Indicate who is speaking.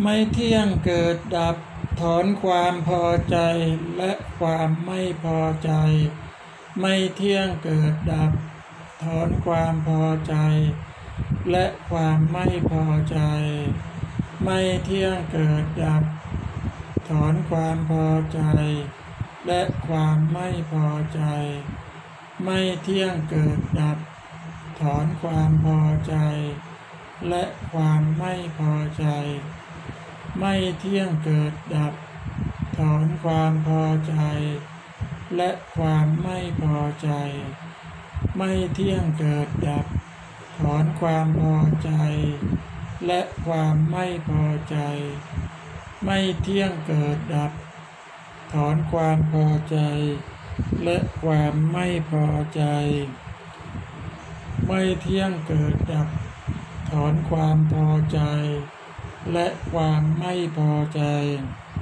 Speaker 1: ไม่เที่ยงเกิดดับถอนความพอใจและความไม่พอใจไม่เที่ยงเกิดดับถอนความพอใจและความไม่พอใจไม่เที่ยงเกิดดับถอนความพอใจและความไม่พอใจไม่เที่ยงเกิดดับถอนความพอใจและความไม่พอใจไม่เที่ยงเกิดดับถอนความพอใจและความไม่พอใจไม่เที่ยงเกิดดับถอนความพอใจและความไม่พอใจไม่เที่ยงเกิดดับถอนความพอใจและความไม่พอใจไม่เที่ยงเกิดดับถอนความพอใจและความไม่พอใจ